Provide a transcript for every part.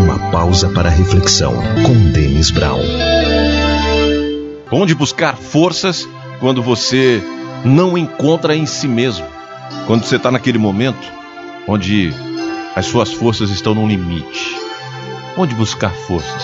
Uma pausa para a reflexão com Dennis Brown. Onde buscar forças quando você não encontra em si mesmo? Quando você está naquele momento onde as suas forças estão no limite. Onde buscar forças?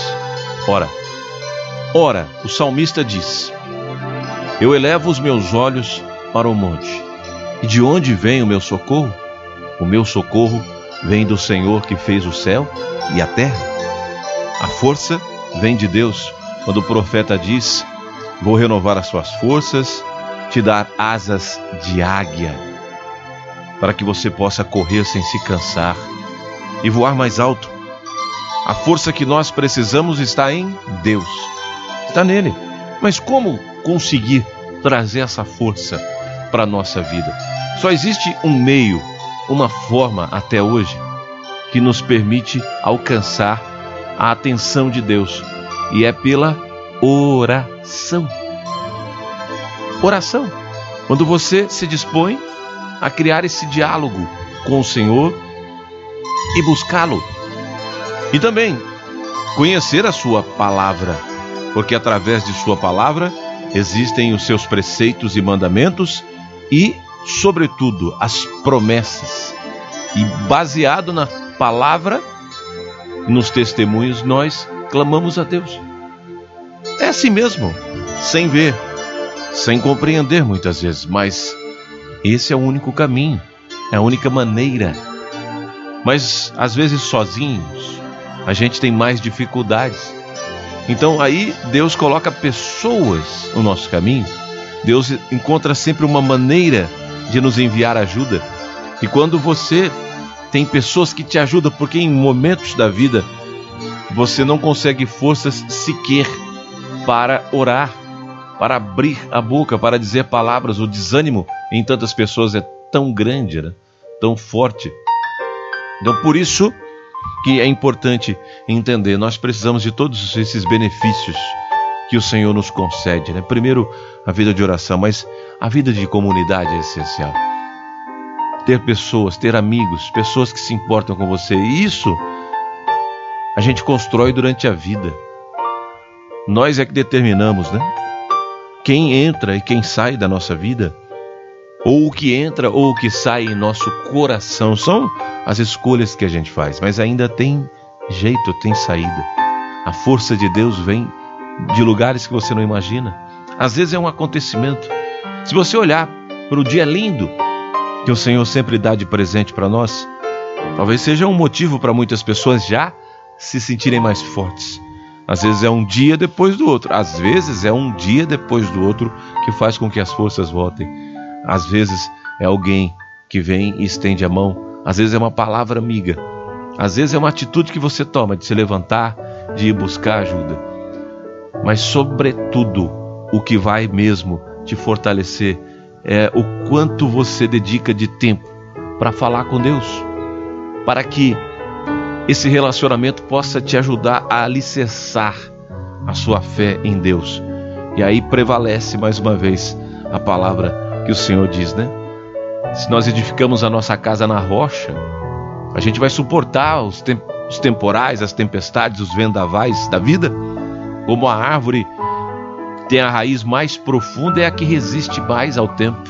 Ora, o salmista diz: eu elevo os meus olhos para o monte. E de onde vem o meu socorro? O meu socorro vem do Senhor que fez o céu e a terra. A força vem de Deus. Quando o profeta diz: vou renovar as suas forças, te dar asas de águia, para que você possa correr sem se cansar e voar mais alto. A força que nós precisamos está em Deus, está nele. Mas como conseguir trazer essa força para a nossa vida? Só existe um meio, uma forma até hoje que nos permite alcançar a atenção de Deus, e é pela oração. Oração, quando você se dispõe a criar esse diálogo com o Senhor e buscá-lo. E também conhecer a sua palavra, porque através de sua palavra existem os seus preceitos e mandamentos e, sobretudo, as promessas. E baseado na palavra, nos testemunhos, nós clamamos a Deus. É assim mesmo, sem ver, sem compreender muitas vezes, mas esse é o único caminho, é a única maneira. Mas às vezes sozinhos a gente tem mais dificuldades. Então aí Deus coloca pessoas no nosso caminho. Deus encontra sempre uma maneira de nos enviar ajuda. E quando você tem pessoas que te ajudam, porque em momentos da vida você não consegue forças sequer para orar, para abrir a boca, para dizer palavras. O desânimo em tantas pessoas é tão grande, né? Tão forte. Então por isso que é importante entender, nós precisamos de todos esses benefícios que o Senhor nos concede, né? Primeiro, a vida de oração, mas a vida de comunidade é essencial. Ter pessoas, ter amigos, pessoas que se importam com você. E isso a gente constrói durante a vida. Nós é que determinamos, né? Quem entra e quem sai da nossa vida, ou o que entra ou o que sai em nosso coração, são as escolhas que a gente faz. Mas ainda tem jeito, tem saída. A força de Deus vem de lugares que você não imagina. Às vezes é um acontecimento. Se você olhar para o dia lindo que o Senhor sempre dá de presente para nós, talvez seja um motivo para muitas pessoas já se sentirem mais fortes. Às vezes é um dia depois do outro. Às vezes é um dia depois do outro que faz com que as forças voltem. Às vezes é alguém que vem e estende a mão. Às vezes é uma palavra amiga. Às vezes é uma atitude que você toma de se levantar, de ir buscar ajuda. Mas sobretudo, o que vai mesmo te fortalecer é o quanto você dedica de tempo para falar com Deus, para que esse relacionamento possa te ajudar a alicerçar a sua fé em Deus. E aí prevalece mais uma vez a palavra que o Senhor diz, né? Se nós edificamos a nossa casa na rocha, a gente vai suportar os temporais, as tempestades, os vendavais da vida. Como a árvore tem a raiz mais profunda, é a que resiste mais ao tempo.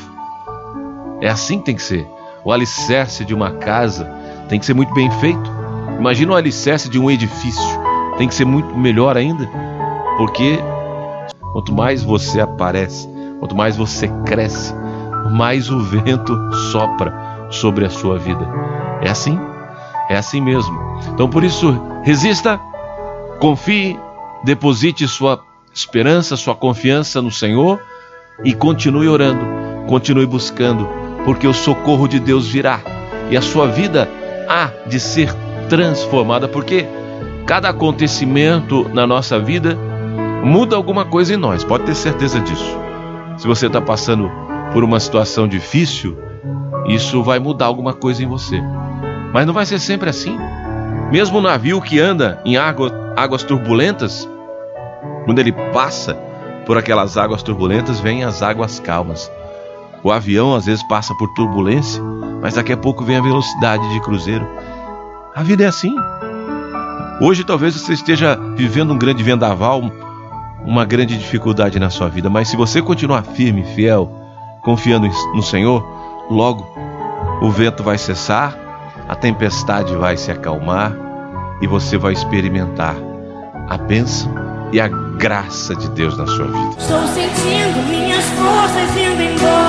É assim que tem que ser. O alicerce de uma casa tem que ser muito bem feito. Imagina o alicerce de um edifício. Tem que ser muito melhor ainda. Porque quanto mais você aparece, quanto mais você cresce, mais o vento sopra sobre a sua vida. É assim mesmo. Então por isso, resista, confie, deposite sua esperança, sua confiança no Senhor e continue orando, continue buscando, porque o socorro de Deus virá e a sua vida há de ser transformada, porque cada acontecimento na nossa vida muda alguma coisa em nós, pode ter certeza disso. Se você está passando por uma situação difícil, isso vai mudar alguma coisa em você, mas não vai ser sempre assim. Mesmo o navio que anda em águas turbulentas, quando ele passa por aquelas águas turbulentas, vêm as águas calmas. O avião às vezes passa por turbulência, mas daqui a pouco vem a velocidade de cruzeiro. A vida é assim. Hoje talvez você esteja vivendo um grande vendaval, uma grande dificuldade na sua vida, mas se você continuar firme, fiel, confiando no Senhor, logo o vento vai cessar, a tempestade vai se acalmar e você vai experimentar a bênção e a graça de Deus na sua vida. Estou sentindo minhas forças indo embora.